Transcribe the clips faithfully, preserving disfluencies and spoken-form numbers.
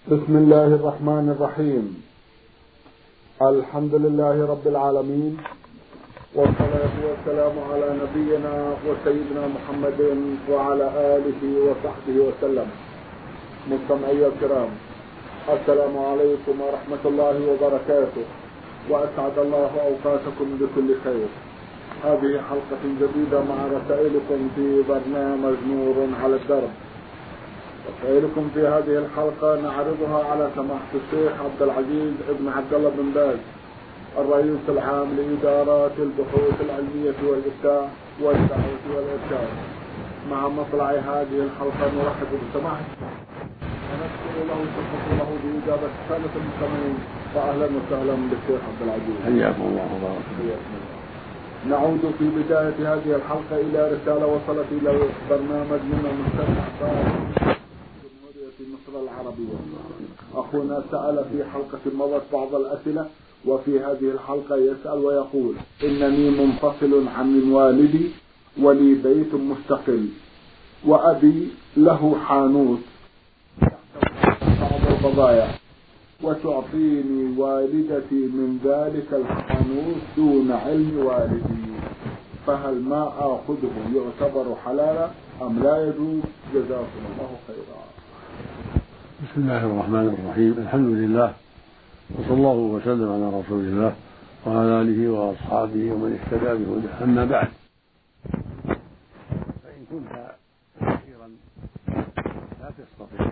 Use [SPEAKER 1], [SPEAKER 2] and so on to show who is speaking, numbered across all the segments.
[SPEAKER 1] بسم الله الرحمن الرحيم. الحمد لله رب العالمين، والصلاة والسلام على نبينا وسيدنا محمد وعلى آله وصحبه وسلم. مستمعي الكرام، السلام عليكم ورحمة الله وبركاته، وأسعد الله أوقاتكم بكل خير. هذه حلقة جديدة مع رسائلكم في برنامج نور على الدرب. رسائلكم في هذه الحلقة نعرضها على سماحة الشيخ عبد العزيز ابن عبد الله بن باز، الرئيس العام لإدارات البحوث العلمية والإفتاء والدعوة والإرشاد. مع مطلع هذه الحلقة نرحب بسماحة ونشكر له وشكر له بإجابة سالة المستمعين، وأهلا وسهلا بالشيخ عبد العزيز.
[SPEAKER 2] حياكم الله وبارك فيكم.
[SPEAKER 1] نعود في بداية هذه الحلقة إلى رسالة وصلت إلى البرنامج من المستمع عباس جمهورية مصر العربية. أخونا سأل في حلقة مضت بعض الأسئلة، وفي هذه الحلقة يسأل ويقول: إنني منفصل عن والدي ولي بيت مستقل، وأبي له حانوت بعض البضائع، وتعطيني والدتي من ذلك الحانوت دون علم والدي، فهل ما آخذه يعتبر حلالا أم لا يجوز؟ جزاكم الله خيرا.
[SPEAKER 2] بسم الله الرحمن الرحيم. الحمد لله، وصلى الله وسلم على رسول الله وعلى آله وأصحابه ومن اهتدى بهداه. أما بعد، فإن كنت فقيرا لا تستطيع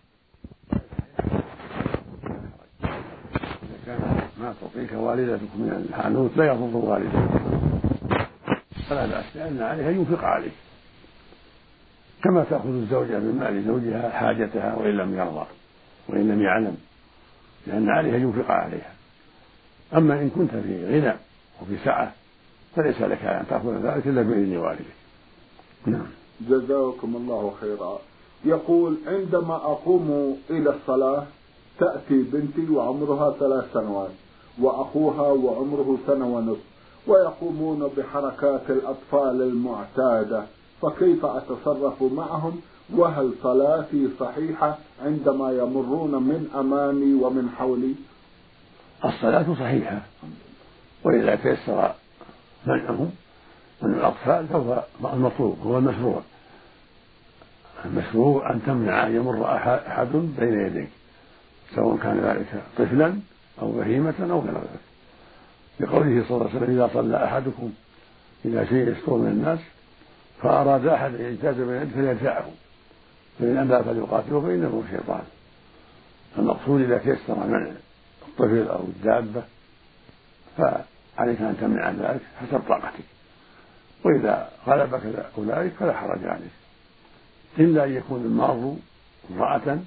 [SPEAKER 2] إذا كان ما تعطيك والدتك من الحانوت لا يضر والدتك فلا بأس، لأن عليها ينفق عليك كما تأخذ الزوجة من مال زوجها حاجتها وإن لم يرضى وإن لم يعلم، لأن عليها ينفق عليها. أما إن كنت في غنى وفي سعة فليس لك أن تأخذ ذلك إلا بإذن والدك. نعم.
[SPEAKER 1] جزاكم الله خيرا. يقول: عندما أقوم إلى الصلاة تأتي بنتي وعمرها ثلاث سنوات وأخوها وعمره سنة ونصف، ويقومون بحركات الأطفال المعتادة، فكيف أتصرف معهم؟ وهل صلاتي صحيحة عندما يمرون من أمامي ومن حولي؟
[SPEAKER 2] الصلاة صحيحة، وإذا تيسر منعهم من الأطفال فهو المطلوب، هو المشروع. المشروع أن تمنع أن يمر أحد بين يديك، سواء كان ذلك طفلا أو بهيمة أو غير ذلك، لقوله صلى الله عليه وسلم: إذا صلى أحدكم إلى شيء يستر من الناس فأراد أحد أن يجتاز بين يده فليدفعه، فإن أبى فليقاتله فإنه شيطان. المقصود إذا تيسر منع الطفل أو الدابة فعليك أن تمنع ذلك حسب طاقتك، وإذا غلبك أولئك فلا حرج عليك، إلا أن يكون المار امرأة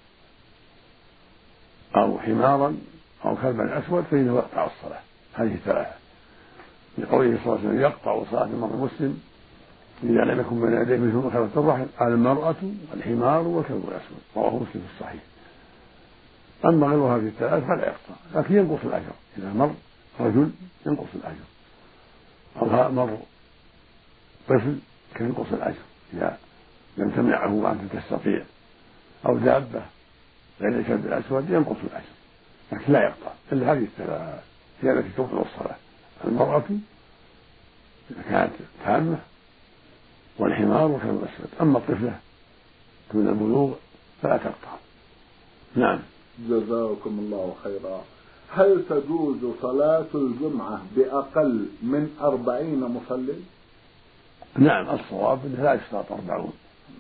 [SPEAKER 2] أو حمارا أو كلبا أسود فإنه يقطع الصلاة. هذه الثلاثة، لقوله صلى الله عليه وسلم: يقطع صلاة المرء المسلم إذا لم يكن بين يديه مثل مخالفة الرحم المرأة والحمار والكلب الأسود، رواه مسلم في الصحيح. أما غير هذه الثلاث فلا يقطع، لكن ينقص الأجر. إذا مر رجل ينقص الأجر، أو مر طفل ينقص الأجر إذا لم تمنعه وأنت تستطيع، أو دابة غير الكلب الأسود ينقص الأجر، لكن لا يقطع. إلا هذه الثلاث هي التي تبطل الصلاة: المرأة إذا كانت تامة، والحمار والكلب الأسود. أما الطفلة دون البلوغ فلا تقطع. نعم.
[SPEAKER 1] جزاكم الله خيرا. هل تجوز صلاة الجمعة بأقل من أربعين مصلٍ؟
[SPEAKER 2] نعم، الصواب أنه لا يشترط أربعون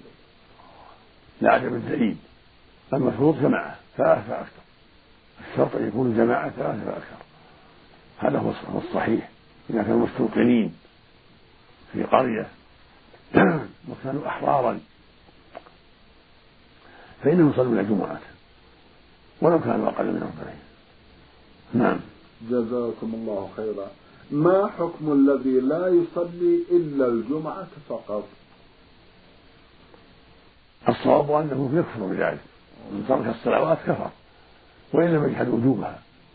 [SPEAKER 2] لعدم الدليل. المفروض جماعة ثلاثة فأكثر، الشرط أن يكون جماعة ثلاثة فأكثر، هذا هو الصحيح. إذا كانوا مستوطنين في قرية وكانوا أحرارا فإنهم يصلون الجمعة ولو كانوا أقل من أربعين. نعم.
[SPEAKER 1] جزاكم الله خيرا. ما حكم الذي لا يصلي إلا الجمعة فقط؟
[SPEAKER 2] الصواب أنه يكفر بذلك، من ترك الصلوات كفر وإن لم يجحد وجوبها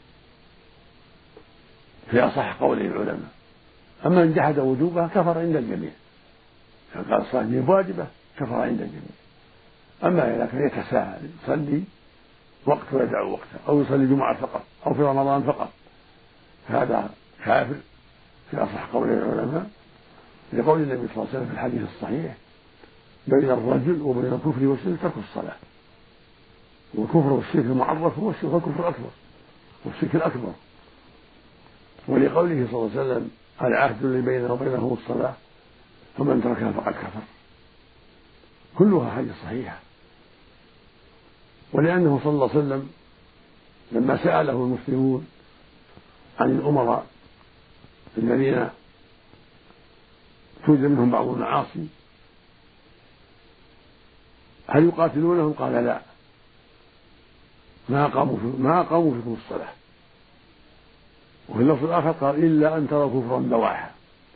[SPEAKER 2] في أصح قول العلماء. أما إن جحد وجوبها كفر عند الجميع، قال الصلاة واجبة كفر عند الجميع. أما إذا كان يتساهل يصلي وقت ويدع وقته، أو يصلي جمعة فقط أو في رمضان فقط، هذا كافر في أصح قول العلماء، لقول النبي صلى الله عليه وسلم في الحديث الصحيح: بين الرجل وبين الكفر والشرك ترك الصلاة. والكفر والشرك المعرف هو الشرك الكفر الأكبر والشرك الأكبر، ولقوله صلى الله عليه وسلم: العهد الذي بيننا وبينهم الصلاة فمن تركها فقد كفر. كلها حديث صحيحة. ولأنه صلى الله عليه وسلم لما سأله المسلمون عن الأمراء الذين توجد منهم بعض المعاصي هل يقاتلونهم؟ قال: لا، ما قاموا ما قاموا فيكم الصلاة. وفي اللفظ الآخر قال: إلا أن تروا كفرا بواحا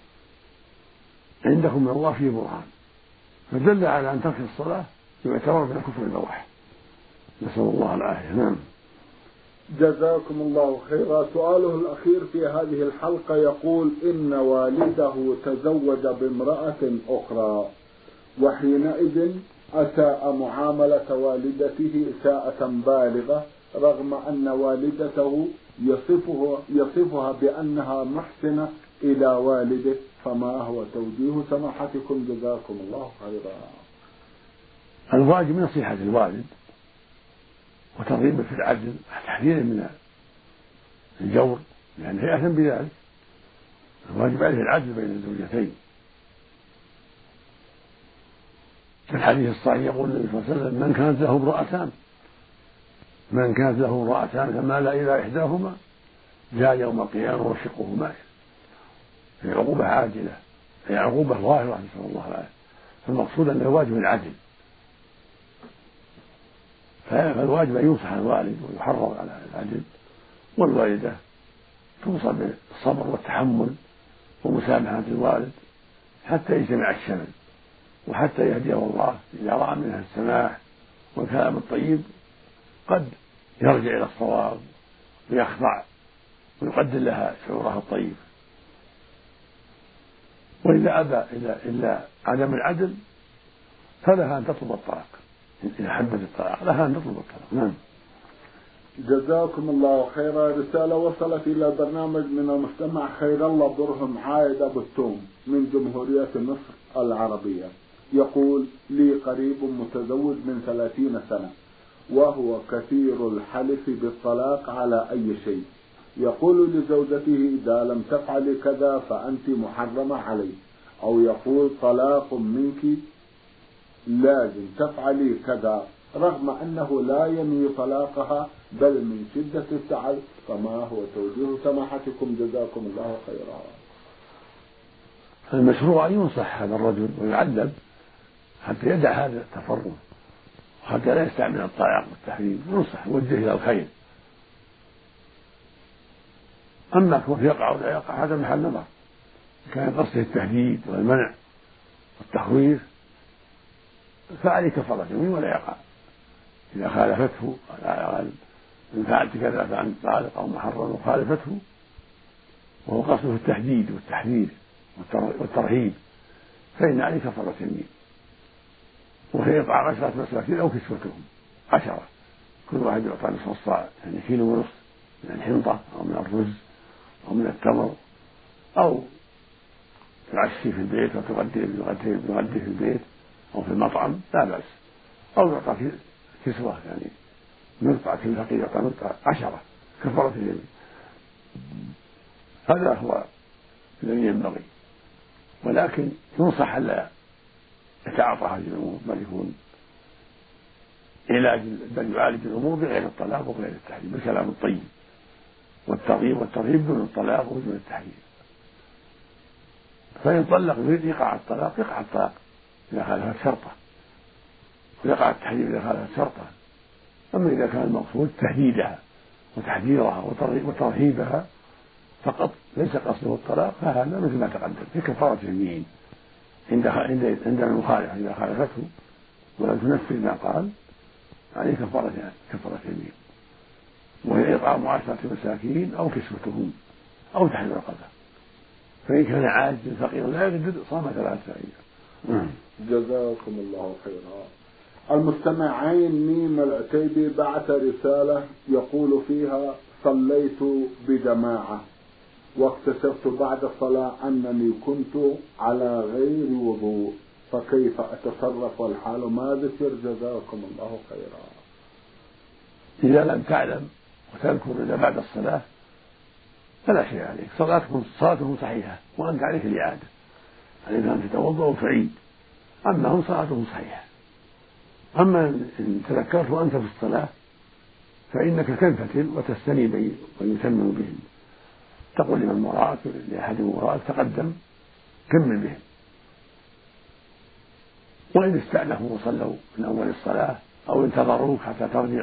[SPEAKER 2] عندكم من الله فيه برهان. فدل على أن ترك الصلاة يعتبر من الكفر البواح، نسأل الله العافية. نعم.
[SPEAKER 1] جزاكم الله خيرا. سؤاله الأخير في هذه الحلقة يقول: إن والده تزوج بامرأة أخرى، وحينئذ أساء معاملة والدته إساءة بالغة، رغم أن والدته يصفه يصفها بأنها محسنة إلى والده، فما هو توجيه سماحتكم جزاكم الله خيرا؟
[SPEAKER 2] الواجب نصيحة الوالد وترغيبه في العدل، تحذيره من الجور، لأنه يأثم بذلك. الواجب عليه العدل بين الزوجتين. في الحديث الصحيح يقول النبي صلى الله عليه وسلم: من كانت له امرأتان من كانت له امرأتان فمال إلى إحداهما جاء يوم القيامة وشقه مائل. هي عقوبة عاجلة، هي عقوبة ظاهرة، نسأل الله العافية. فالمقصود أن الواجب العدل، فالواجب أن ينصح الوالد ويحرض على العدل، والوالدة توصى بالصبر والتحمل ومسامحة الوالد حتى يجتمع الشمل، وحتى يهديه الله إذا رأى منها السماح والكلام الطيب قد يرجع إلى الصواب ويخضع ويقدر لها شعورها الطيب. وإذا أبى إلا, إلا عدم العدل فلها أن تطلب الطلاق. إذا حبت الطلاق لها أن تطلب الطلاق. نعم.
[SPEAKER 1] جزاكم الله خيرا. رسالة وصلت إلى برنامج من المستمع خير الله برهم عايد أبو التوم من جمهورية مصر العربية، يقول: لي قريب متزوج من ثلاثين سنة، وهو كثير الحلف بالطلاق على أي شيء. يقول لزوجته: إذا لم تفعلي كذا فأنت محرمة علي، أو يقول: طلاق منك لازم تفعلي كذا، رغم أنه لا ينوي طلاقها بل من شدة الزعل. فما هو توجيه سماحتكم جزاكم الله خيرا؟
[SPEAKER 2] المشروع أن ينصح هذا الرجل ويعذب حتى يدع هذا التفرق، وحتى لا يستعمل الطلاق والتحريم، ينصح ويوجه إلى الخير. أما كون يقع ولا يقع هذا محل نظر. كان قصده التهديد والمنع والتخويف فعليه كفارة يمين ولا يقع. إذا خالفته إن فعلت كذا فأنت طالق أو محرم وخالفته، وهو قصده التهديد والتحذير والترهيب، فإن عليه كفارة يمين، وهي إطعام عشرة مساكين أو كسوتهم عشرة، كل واحد يعطى نصف الصاع، يعني كيلو ونصف من الحنطة أو من الرز أو من التمر، أو تعشي في البيت وتغدي في البيت أو في المطعم لا بأس، أو يعطى كسوة، يعني نقطع كل فقير يعطى نقطع عشرة كفارة اليمين. هذا هو الذي ينبغي، ولكن ينصح ألا يتعاطى هذه الأمور، بل يكون علاج، بل يعالج الأمور بغير الطلاق وغير التحريم بالكلام الطيب والترغيب والترهيب دون الطلاق ودون التحريم. فإن طلق يريد يقع الطلاق يقع الطلاق إذا خالفت شرطه، ويقع التحريم إذا خالفت شرطه. أما إذا كان المقصود تهديدها وتحذيرها وترهيبها فقط ليس قصده الطلاق، فهذا مثل ما تقدم في كفارة يمين عند عند عند المخالفة. إذا خالفته ولم تنفذ ما قال عليه كفارة كفارة يمين، وهي إطعام عشرة مساكين أو كسوتهم أو تحرير رقبة. فإن كان عاجز فقير لا يقدر صام ثلاثة أيام.
[SPEAKER 1] جزاكم الله خيرا. المستمع عين ميم العتيبي بعث رسالة يقول فيها: صليت بجماعة واكتشفت بعد الصلاة أنني كنت على غير وضوء، فكيف أتصرف والحال ما ذكر؟ جزاكم الله خيرا.
[SPEAKER 2] إذا لم تعلم وتذكر إلا بعد الصلاة فلا شيء عليك، صلاتكم صلاتكم صحيحة وأنت عليك الإعادة، عليك أن تتوضأ وتعيد، أما هم صلاتهم صحيحة. أما إن تذكرت وأنت في الصلاة فإنك تنفتل وتستني بهم ويتمم بهم، تقول لمن وراءك لأحد وراءك تقدم كمل بهم، وإن استأنفوا وصلوا من أول الصلاة أو انتظروك حتى ترجع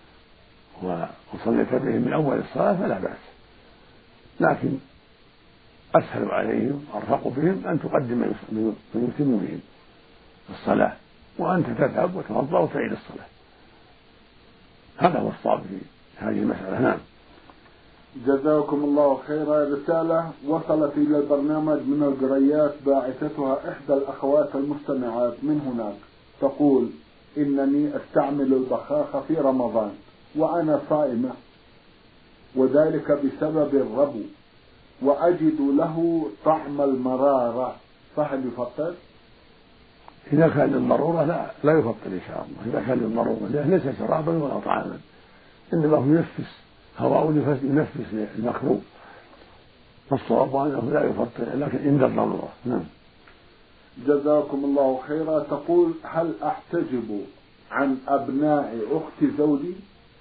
[SPEAKER 2] وصليت بهم من أول الصلاة فلا بأس، لكن أسهل عليهم وأرفق بهم أن تقدم من يتم بهم الصلاة وأنت تذهب وتوضأ وتعيد الصلاة. هذا هو الصواب في هذه المسألة. نعم.
[SPEAKER 1] جزاكم الله خيرا. رسالة وصلت إلى البرنامج من القريات باعثتها إحدى الأخوات المستمعات من هناك، تقول: إنني أستعمل البخاخ في رمضان وأنا صائمة، وذلك بسبب الربو، وأجد له طعم المرارة، فهل يفطر؟
[SPEAKER 2] إذا كان للضرورة لا لا يفطر إن شاء الله. إذا كان للضرورة ليس شرابا ولا طعاما، إنما هو ينفس هواء ينفس المكروه، فالصواب أنه لا يفطر لكن عند الضرورة. نعم.
[SPEAKER 1] جزاكم الله خيرا. تقول: هل أحتجب عن أبناء أخت زوجي؟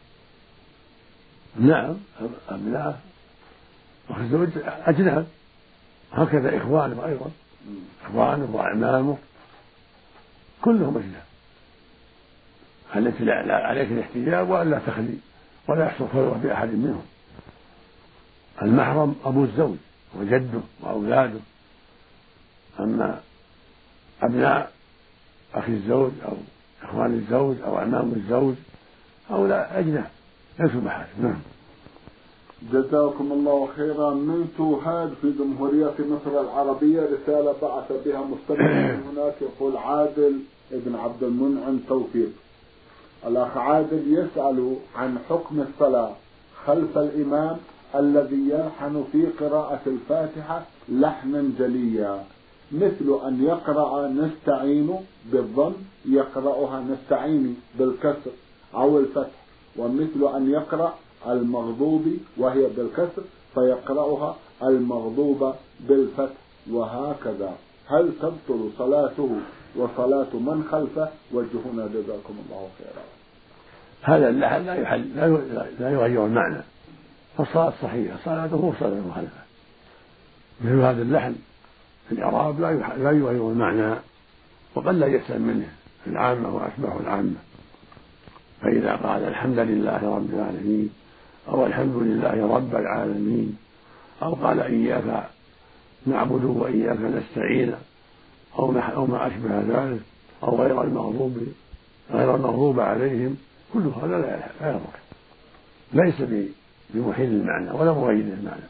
[SPEAKER 2] نعم، أبناء أخت زوج أجناب، هكذا إخوانه أيضا، إخوانه وأعمامه كلهم أجناب، التي لا عليك الاحتجاب وألا تخلي ولا يحصل خلوة بأحد منهم. المحرم أبو الزوج وجده وأولاده، أما أبناء أخي الزوج أو إخوان الزوج أو أعمام الزوج هؤلاء أجناب ليسوا محارم. نعم.
[SPEAKER 1] جزاكم الله خيرا. من توهاد في جمهورية مصر العربية رسالة بعث بها مستمع من هناك، يقول: عادل ابن عبد المنعم توفيق. الأخ عادل يسأل عن حكم الصلاة خلف الإمام الذي يلحن في قراءة الفاتحة لحنا جليا، مثل أن يقرأ نستعين بالضم يقرأها نستعين بالكسر أو الفتح، ومثل أن يقرأ المغضوب وهي بالكسر فيقرأها المغضوب بالفتح، وهكذا. هل تبطل صلاته وصلاة من خلفه؟ وجهونا جزاكم الله خيرا.
[SPEAKER 2] هذا اللحن لا يحل لا يغير المعنى، فالصلاة صحيحة، صلاته صلاة من خلفه. مثل هذا اللحن في الإعراب لا يغير المعنى، وقد لا يسلم منه العامة وأشبه العامة. فإذا قال الحمد لله رب العالمين أو الحمد لله رب العالمين أو قال إياك نعبد وإياك نستعين أو ما أشبه ذلك أو غير المغضوب غير المغضوب عليهم، كل هذا لا يضر، ليس بمحيل المعنى ولا مغير المعنى.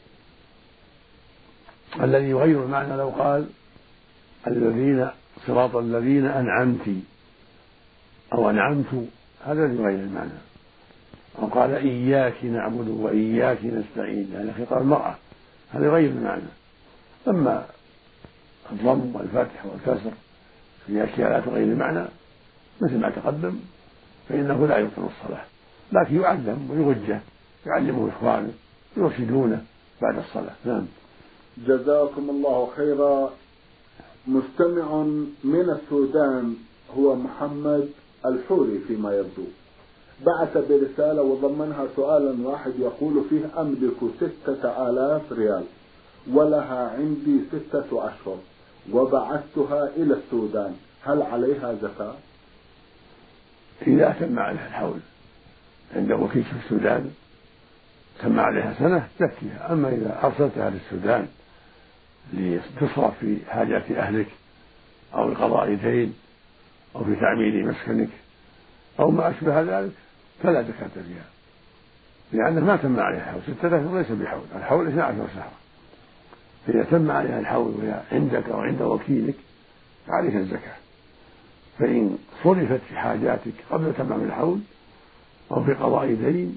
[SPEAKER 2] الذي يغير المعنى لو قال الذين صراط الذين أنعمت أو أنعمت، هذا الذي يغير المعنى. أو قال إياك نعبد وإياك نستعين، هذا خطاب المرأة، هذا يغير المعنى. أما الضم والفتح والكسر في أشياء لا تغير المعنى مثل ما تقدم فإنه لا يبطل الصلاة، لكن يعلم ويوجه، يعلمه إخوانه يرشدونه بعد الصلاة. نعم.
[SPEAKER 1] جزاكم الله خيرا. مستمع من السودان هو محمد الحوري فيما يبدو، بعث برسالة وضمنها سؤالا واحد يقول فيه: أملك ستة آلاف ريال ولها عندي ستة أشهر وبعثتها إلى السودان، هل عليها زكاة؟
[SPEAKER 2] إذا تم عليها الحول عند وكيل في السودان تم عليها سنة زكيها. أما إذا أرسلتها للسودان لتصرف في حاجات أهلك أو لقضاء دين أو في تعمير مسكنك أو ما أشبه ذلك فلا زكاة فيها، لأنه ما تم عليها الحول. ستة أشهر ليس بحول، الحول اثنا عشر شهرا، فإذا تم عليها الحول وهي عندك أو عند وكيلك فعليك الزكاة. فإن صرفت في حاجاتك قبل تمام الحول أو في قضاء دين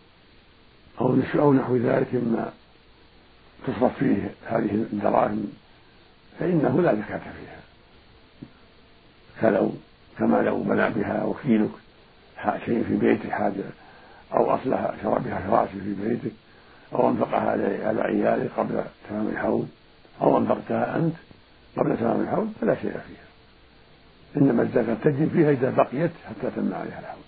[SPEAKER 2] أو نحو ذلك مما تصرف فيه هذه الدراهم فإنه لا زكاة فيها، فلو كما لو بنى بها وكيلك شيء في بيتك حاجة أو أصلح شرى بها فراشة في بيتك أو أنفقها على عيالك قبل تمام الحول أو أنفقتها أنت قبل تمام الحول فلا شيء فيها، إنما الزكاة تجب فيها إذا بقيت حتى تم عليها الحول.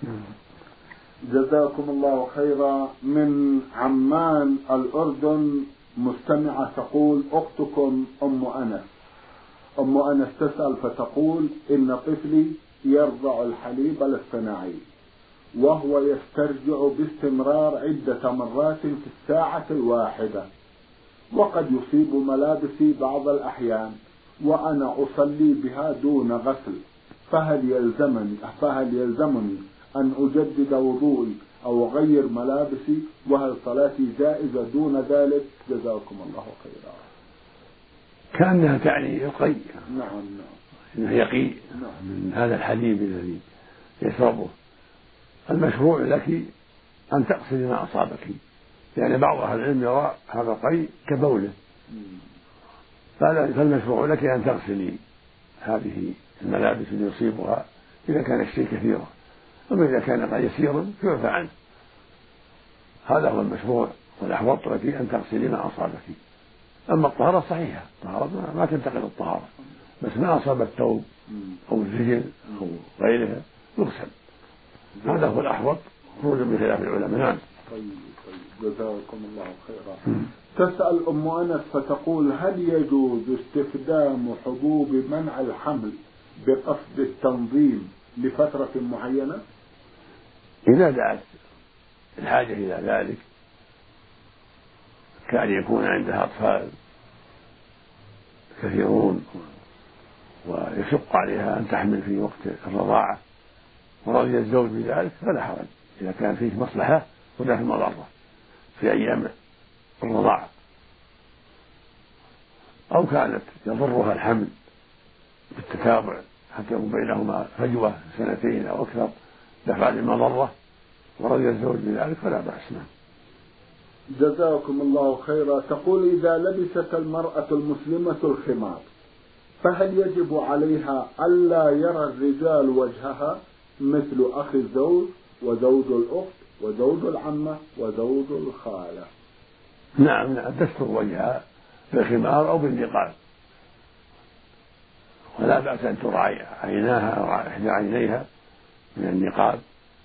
[SPEAKER 1] جزاكم الله خيرا. من عمان الأردن مستمعة تقول: أختكم أم أنس أم أنس تسأل فتقول: إن طفلي يرضع الحليب الاصطناعي وهو يسترجع باستمرار عدة مرات في الساعة الواحدة، وقد يصيب ملابسي بعض الأحيان وأنا أصلي بها دون غسل، فهل يلزمني فهل يلزمني أن أجدد وضوئي أو أغير ملابسي، وهل صلاتي جائزة دون ذلك؟ جزاكم الله خيرا.
[SPEAKER 2] كأنها تعني القي.
[SPEAKER 1] نعم نعم
[SPEAKER 2] إنه يقي
[SPEAKER 1] نعم.
[SPEAKER 2] من هذا الحليب الذي يشربه. المشروع لك أن تغسلي ما أصابك، يعني بعض أهل العلم يرى هذا القي كبوله، فالمشروع لك أن تغسلي هذه الملابس اللي يصيبها إذا كان الشيء كثيرا، أما إذا كان يسيرا فيعفى عنه. هذا هو المشروع والأحوط لك أن تغسلي ما أصابك. أما الطهارة صحيحة، الطهارة ما تنتقل الطهارة، بس ما أصاب الثوب أو الرجل أو غيرها يغسل، هذا هو الأحوط خروجا بخلاف العلماء. نعم.
[SPEAKER 1] طيب طيب جزاكم الله خيرا. تسأل أم أنس فتقول: هل يجوز استخدام حبوب منع الحمل بقصد التنظيم لفترة معينة؟
[SPEAKER 2] إذا دعت الحاجة إلى ذلك، كأن يكون عندها أطفال كثيرون ويشق عليها أن تحمل في وقت الرضاعة ورضي الزوج بذلك فلا حرج، إذا كان فيه مصلحة ولا في مضرة في أيام الرضاعة، أو كانت يضرها الحمل بالتتابع حتى يكون بينهما فجوة سنتين أو أكثر دفع للمضرة ورضي الزوج بذلك فلا بأس.
[SPEAKER 1] جزاكم الله خيرا. تقول: إذا لبست المرأة المسلمة الخمار فهل يجب عليها ألا يرى الرجال وجهها مثل أخي الزوج وزوج الأخت وزوج العمة وزوج الخالة؟
[SPEAKER 2] نعم نعم، تستر وجهها بالخمار أو بالنقاب، ولا بأس أن ترى عيناها أو إحدى عينيها من النقاب،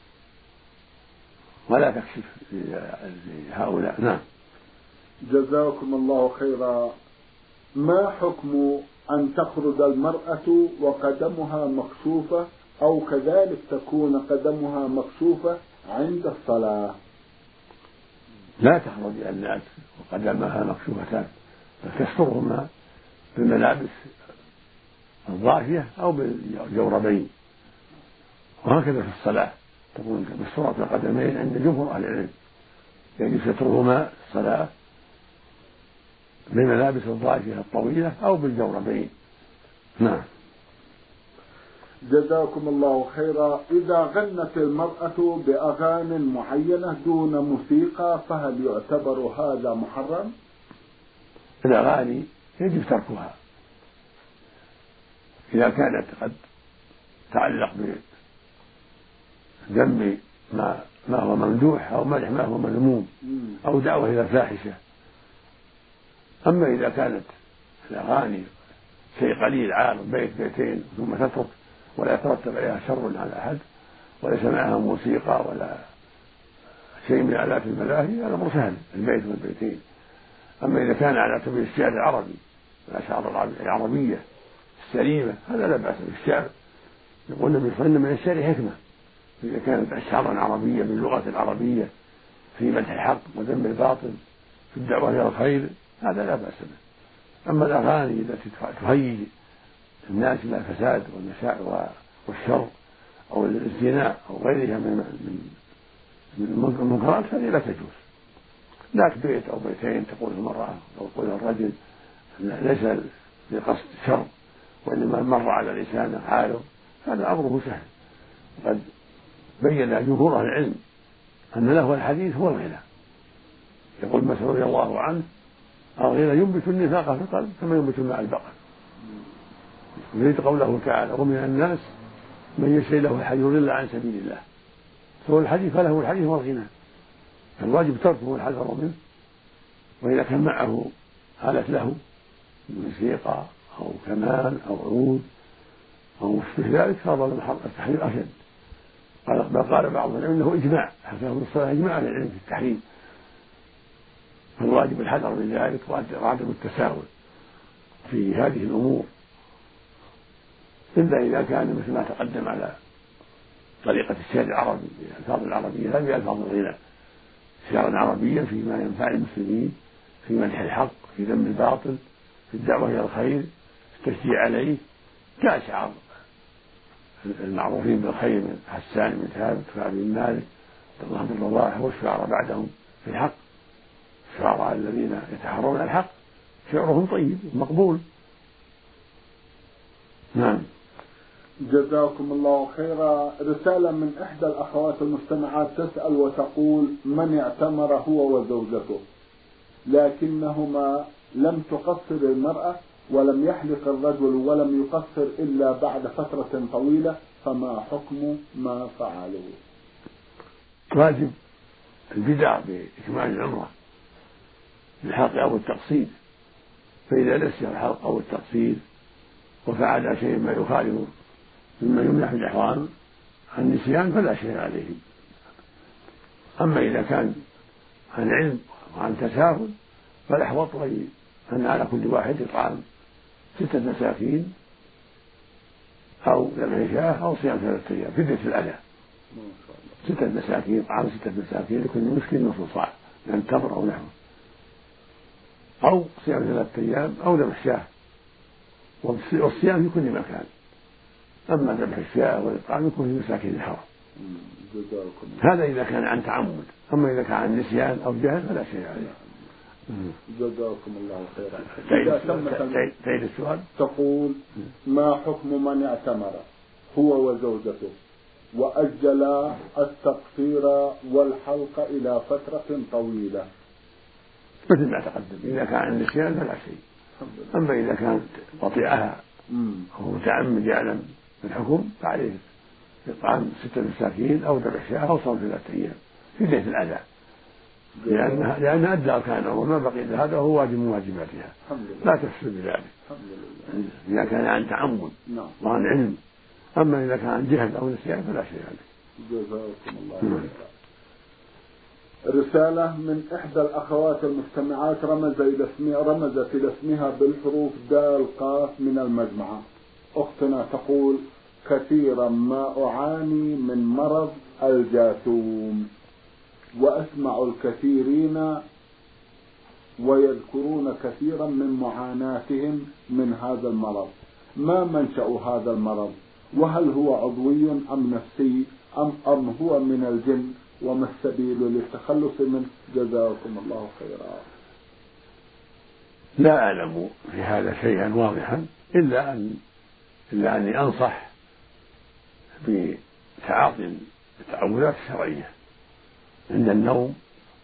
[SPEAKER 2] ولا تكشف لهؤلاء. نعم.
[SPEAKER 1] جزاكم الله خيرا. ما حكم أن تخرج المرأة وقدمها مكشوفة أو كذلك تكون قدمها مكشوفة عند الصلاة؟
[SPEAKER 2] لا تخرج إلى الناس وقدمها مكشوفتان، بل تسترهما بالملابس الضافية أو بالجوربين، وهكذا في الصلاة تكون بالصورة القدمين عند جمهور أهل العلم، يعني سترهما الصلاة بالملابس الضافية الطويلة أو بالجوربين. نعم.
[SPEAKER 1] جزاكم الله خيرا. إذا غنت المرأة بأغاني معينة دون موسيقى فهل يعتبر هذا محرم؟
[SPEAKER 2] الأغاني يجب تركها إذا كانت قد تعلق بذم ما ما هو ممدوح أو مدح ما هو مذموم أو دعوة إلى الفاحشة. أما إذا كانت الأغاني شيء قليل عارض بيت بيتين ثم تترك ولا يترتب عليها شر على أحد وليس معها موسيقى ولا شيء من آلات الملاهي، هذا أمر سهل، البيت والبيتين. أما إذا كان على سبيل الشعر العربي الأشعار العربية السليمة هذا لا بأس بالشعر، يقول النبي صلى الله عليه وسلم: من الشعر حكمة، إذا كانت أشعارا عربية باللغة العربية في مدح الحق وذم الباطل في الدعوة إلى الخير هذا لا بأس به. أما الأغاني التي تهيج الناس إلى الفساد والشر أو الزنا أو غيرها من من المنكرات فهذه لا تجوز، ذاك بيت أو بيتين تقول المرأة أو يقول الرجل ليس بقصد شر، وإنما مر على لسانه عارض هذا أمره سهل. وقد بين جمهور أهل العلم أن له الحديث هو الغنى. يقول مسعود رضي الله عنه: الغنى ينبت النفاق في القلب كما ينبت الماء البقر. يريد قوله تعالى: ومن الناس من يشري له الحديث يضل عن سبيل الله. فهو الحديث فله الحديث والغنى، فالواجب تركه الحذر منه. وإذا كان معه آلة له موسيقى أو كمان أو عود أو مشبه ذلك فهذا التحريم أشد. بل قال بعض العلم انه اجماع، حكاه الصلاه اجماع على العلم في التحريم. فالواجب الحذر من ذلك وعدم التساهل في هذه الامور، الا اذا كان مثل ما تقدم على طريقه الشعر العربي بالالفاظ العربيه لا بالالفاظ الغنى، شعرا عربيا فيما ينفع المسلمين، في مدح الحق، في ذم الباطل، في الدعوه الى الخير، في التشجيع عليه، كاشعار المعروفين بالخير من حسان بن ثابت وكعب بن مالك رضي الله بن رواحه والشعراء بعدهم في الحق. الشعراء الذين يتحرون الحق شعرهم طيب مقبول. نعم.
[SPEAKER 1] جزاكم الله خيرا. رسالة من إحدى الأخوات المستمعات تسأل وتقول: من اعتمر هو وزوجته لكنهما لم تقصر المرأة ولم يحلق الرجل ولم يقصر إلا بعد فترة طويلة، فما حكم ما فعلوا؟
[SPEAKER 2] واجب البدع بإكمال العمرة بالحلق أو التقصير، فإذا نسي الحلق أو التقصير وفعل شيء ما يخالف مما يمنع في الإحرام عن نسيان فلا شيء عليه. أما إذا كان عن علم وعن تساهل فالأحوط أن على كل واحد إطعام ستة مساكين أو ذبح شاة أو صيام ثلاثة أيام فدية الأذى. ستة مساكين، إطعام ستة مساكين لكل مسكين نصف صاع من التمر أو نحوه، أو صيام ثلاثة أيام أو ذبح شاة، والصيام في كل مكان. أما ذبح الشاة والإطعام يكون في مساكين الحرم. هذا إذا كان عن تعمد، أما إذا كان عن نسيان أو جهل فلا شيء عليه.
[SPEAKER 1] جزاكم الله خيرا.
[SPEAKER 2] تعيد السؤال.
[SPEAKER 1] تقول: ما حكم من اعتمر هو وزوجته وأجل التقصير والحلق إلى فترة طويلة؟
[SPEAKER 2] مثل ما تقدم، إذا كان عن نسيان فلا شيء. أما إذا كانت وطئها أو متعمد يعلم الحكم فعليه إطعام ستة مساكين أو ذبح شاة أو صوم ثلاثة أيام في ليلة الأذى، لأنها لأنها أدى أركان العمرة وما بقي هذا هو واجب من واجباتها، لا تفسد بذلك إذا كان عن تعمد وعن علم. أما إذا كان عن جهل أو نسيان فلا شيء عليه.
[SPEAKER 1] جزاكم الله خيرا. رسالة من إحدى الأخوات المستمعات رمز إلى اسمها رمزت إلى اسمها بالحروف دال قاف من المجمعة. أختنا تقول: كثيرا ما أعاني من مرض الجاثوم، وأسمع الكثيرين ويذكرون كثيرا من معاناتهم من هذا المرض. ما منشأ هذا المرض؟ وهل هو عضوي أم نفسي أم, أم هو من الجن؟ وما السبيل للتخلص منه؟ جزاكم الله خيرا.
[SPEAKER 2] لا أعلم في هذا شيئا واضحا إلا أن إلا أني أنصح بتعاطي التعوذات الشرعية. عند النوم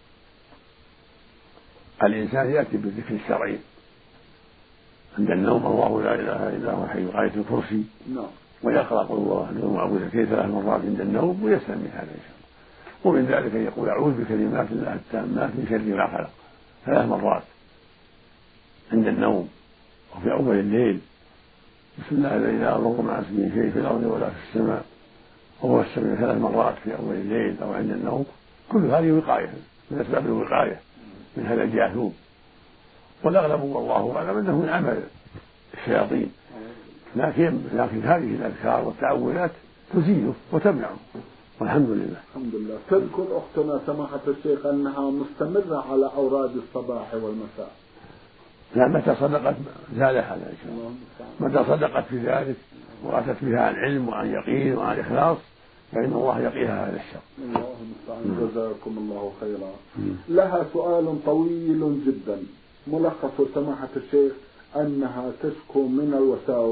[SPEAKER 2] الإنسان يأتي بالذكر الشرعي عند النوم: الله لا إله إلا هو الحي القيوم، آية الكرسي، ويقرأ قل الله أحد ومعوذتين ثلاث مرات عند النوم ويسلم من هذا إن شاء الله. ومن ذلك يقول: أعوذ بكلمات الله التامات من شر ما خلق ثلاث مرات عند النوم. وفي أول الليل: بسم الله الذي لا يضر مع اسمه شيء في الأرض ولا في السماء وهو السميع ثلاث مرات في أول الليل أو عند النوم. كل هذه وقاية من أسباب الوقاية من هذا الجاثوم، والأغلب والله أعلم أنه من عمل الشياطين، لكن لكن هذه الأذكار والتعوذات تزيله وتمنعه، والحمد لله.
[SPEAKER 1] الحمد لله. تذكر أختنا سماحة الشيخ أنها مستمرة على أوراد الصباح والمساء.
[SPEAKER 2] لا، متى صدقت زالها إن شاء الله. متى صدقت في ذلك وأتت بها عن علم وعن يقين وعن إخلاص فإن الله يقيها هذا الشر.
[SPEAKER 1] الله المستعان. جزاكم الله خيرا. لها سؤال طويل جدا، ملخص سماحة الشيخ أنها تشكو من الوساوس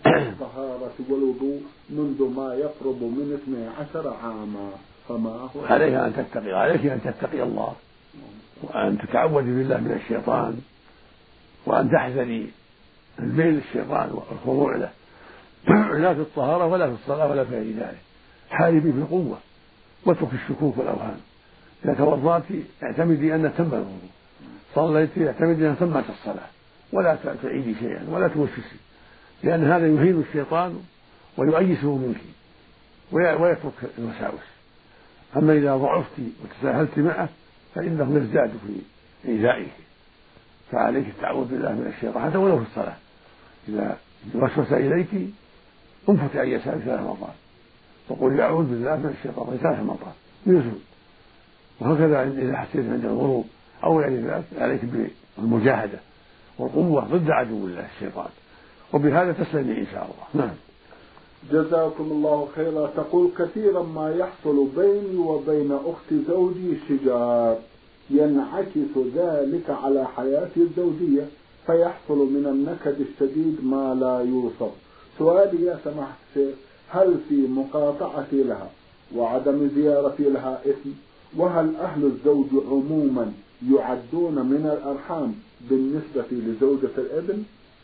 [SPEAKER 1] الطهارة والوضوء منذ ما يقرب من اثني عشر عاما، فما هو؟
[SPEAKER 2] عليك أن تتقي عليك أن تتقي الله، وأن تتعوذ بالله من الشيطان، وأن تحذري البين الشيطان والخضوع له، لا في الطهارة ولا في الصلاة ولا في غير ذلك. حاربي بالقوة واترك الشكوك والأوهام. إذا توضأت اعتمدي أن تم الوضوء، صليت اعتمدي أن تمت الصلاة، ولا تعيدي شيئا ولا توسوسي، لأن هذا يهين الشيطان ويؤيسه منك ويترك الوساوس. أما إذا ضعفت وتساهلت معه فإنه يزداد في إيذائك، فعليك التعوذ بالله من الشيطان حتى ولو في الصلاة. إذا وسوس إليك انفت عن يسارك ثلاث مرات وقل أعوذ بالله من الشيطان ثلاث مرات يزول. وهكذا إذا حسيت عند الغروب أو غير ذلك عليك بالمجاهدة والقوة ضد عدو الله الشيطان، وبهذا تسلمي إن شاء الله. نعم.
[SPEAKER 1] جزاكم الله خيرا. تقول كثيرا ما يحصل بيني وبين أخت زوجي شجار، ينعكس ذلك على حياتي الزوجية، فيحصل من النكد الشديد ما لا يوصف. سؤالي يا سماحة الشيخ، هل في مقاطعتي لها وعدم زيارتي لها إثم؟ وهل أهل الزوج عموما يعدون من الأرحام بالنسبة لزوجة الابن؟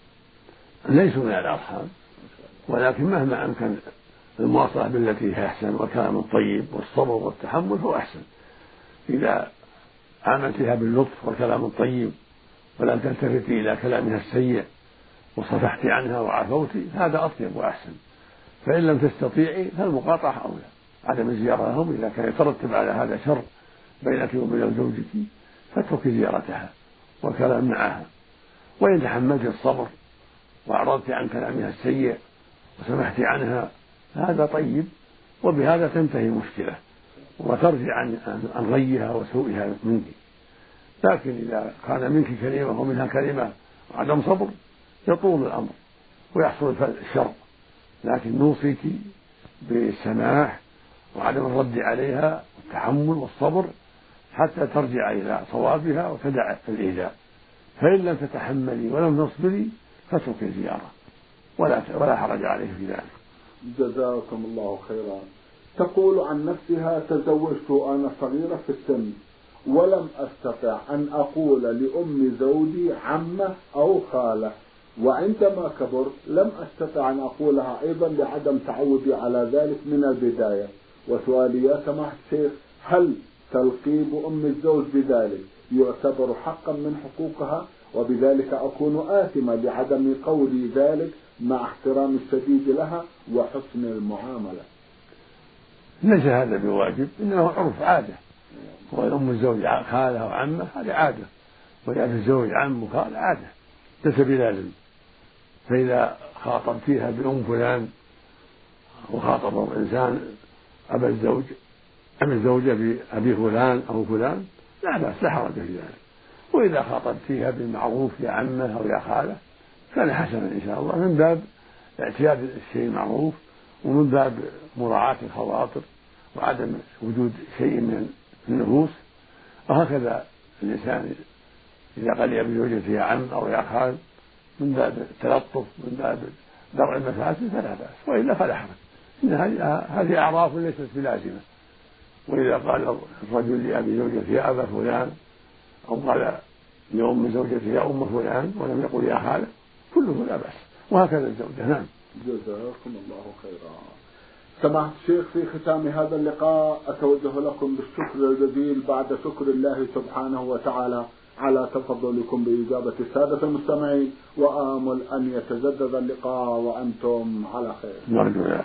[SPEAKER 2] ليسوا من الأرحام، ولكن مهما أمكن المواصلة بالتي هي أحسن والكلام الطيب والصبر والتحمل هو أحسن. إذا عاملتها باللطف والكلام الطيب ولم تلتفتي إلى كلامها السيء وصفحت عنها وعفوت هذا أطيب وأحسن. فإن لم تستطيعي فالمقاطعة أولى، عدم زيارة لهم إذا كان يترتب على هذا شر بينك وبين زوجك فاتركي زيارتها والكلام معها. وإن تحملت الصبر وأعرضت عن كلامها السيء وسمحت عنها هذا طيب، وبهذا تنتهي المشكلة وترجع عن غيها وسوءها منك. لكن إذا كان منك كلمة ومنها كلمة وعدم صبر يطول الأمر ويحصل الشر. لكن نوصيك بالسماح وعدم الرد عليها والتحمل والصبر حتى ترجع إلى صوابها وتدع الإيذاء. فإن لم تتحملي ولم تصبري فاتركي الزيارة ولا ولا حرج عليه في ذلك.
[SPEAKER 1] جزاكم الله خيرا. تقول عن نفسها: تزوجت أنا صغيرة في السن ولم أستطع أن أقول لأم زوجي عمة أو خالة، وعندما كبرت لم أستطع أن أقولها أيضا لعدم تعودي على ذلك من البداية. وسؤالي يا سماحة الشيخ، هل تلقيب أم الزوج بذلك يعتبر حقا من حقوقها، وبذلك أكون آثما لعدم قولي ذلك مع احترام الشديد لها وحسن المعاملة؟
[SPEAKER 2] ليس هذا بواجب، إنه عرف عادة. وأم الزوج خالة وعمة هذه عادة، ويأتي الزوج عم وخالة عادة ليس بلازم. فإذا خاطبتيها بأم فلان وخاطب الإنسان أبا الزوج أم الزوجة بأبي فلان أو فلان لا بأس، لا حرج في ذلك. وإذا خاطبتيها بالمعروف يا عمة أو يا خالة كان حسنا إن شاء الله، من باب اعتياد الشيء المعروف ومن باب مراعاة الخواطر وعدم وجود شيء من النفوس. وهكذا الإنسان إذا قال يا بزوجته يا عم أو يا خال من باب التلطف من باب درء المفاسد فلا بأس، وإلا فلا حرج. إن هذه أعراف ليست بلازمة. وإذا قال الرجل لأبي زوجته يا أبا فلان أو قال لأم زوجته يا أم فلان ولم يقل يا خالة كله لا بأس، وهكذا الزوجة. نعم.
[SPEAKER 1] جزاكم الله خيرا. سماحة الشيخ، في ختام هذا اللقاء أتوجه لكم بالشكر الجزيل بعد شكر الله سبحانه وتعالى على تفضلكم بإجابة السادة المستمعين، وآمل أن يتجدد اللقاء وأنتم على خير.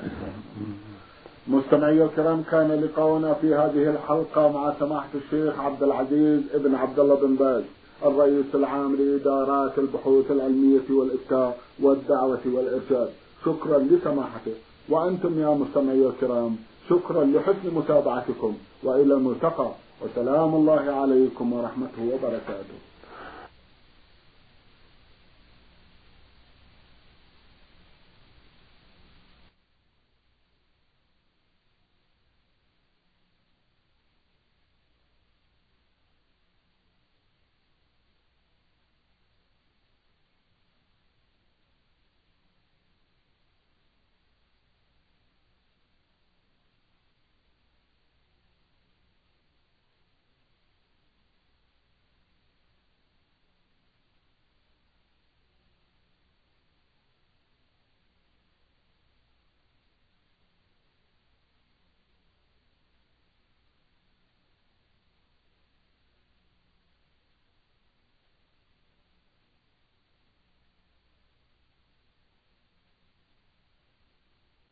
[SPEAKER 1] مستمعي الكرام، كان لقاؤنا في هذه الحلقة مع سماحة الشيخ عبد العزيز ابن عبد الله بن باز، الرئيس العام لإدارات البحوث العلمية والإفتاء والدعوة والإرشاد. شكرا لسماحته، وأنتم يا مستمعي الكرام شكرا لحسن متابعتكم، وإلى الملتقى، وسلام الله عليكم ورحمته وبركاته.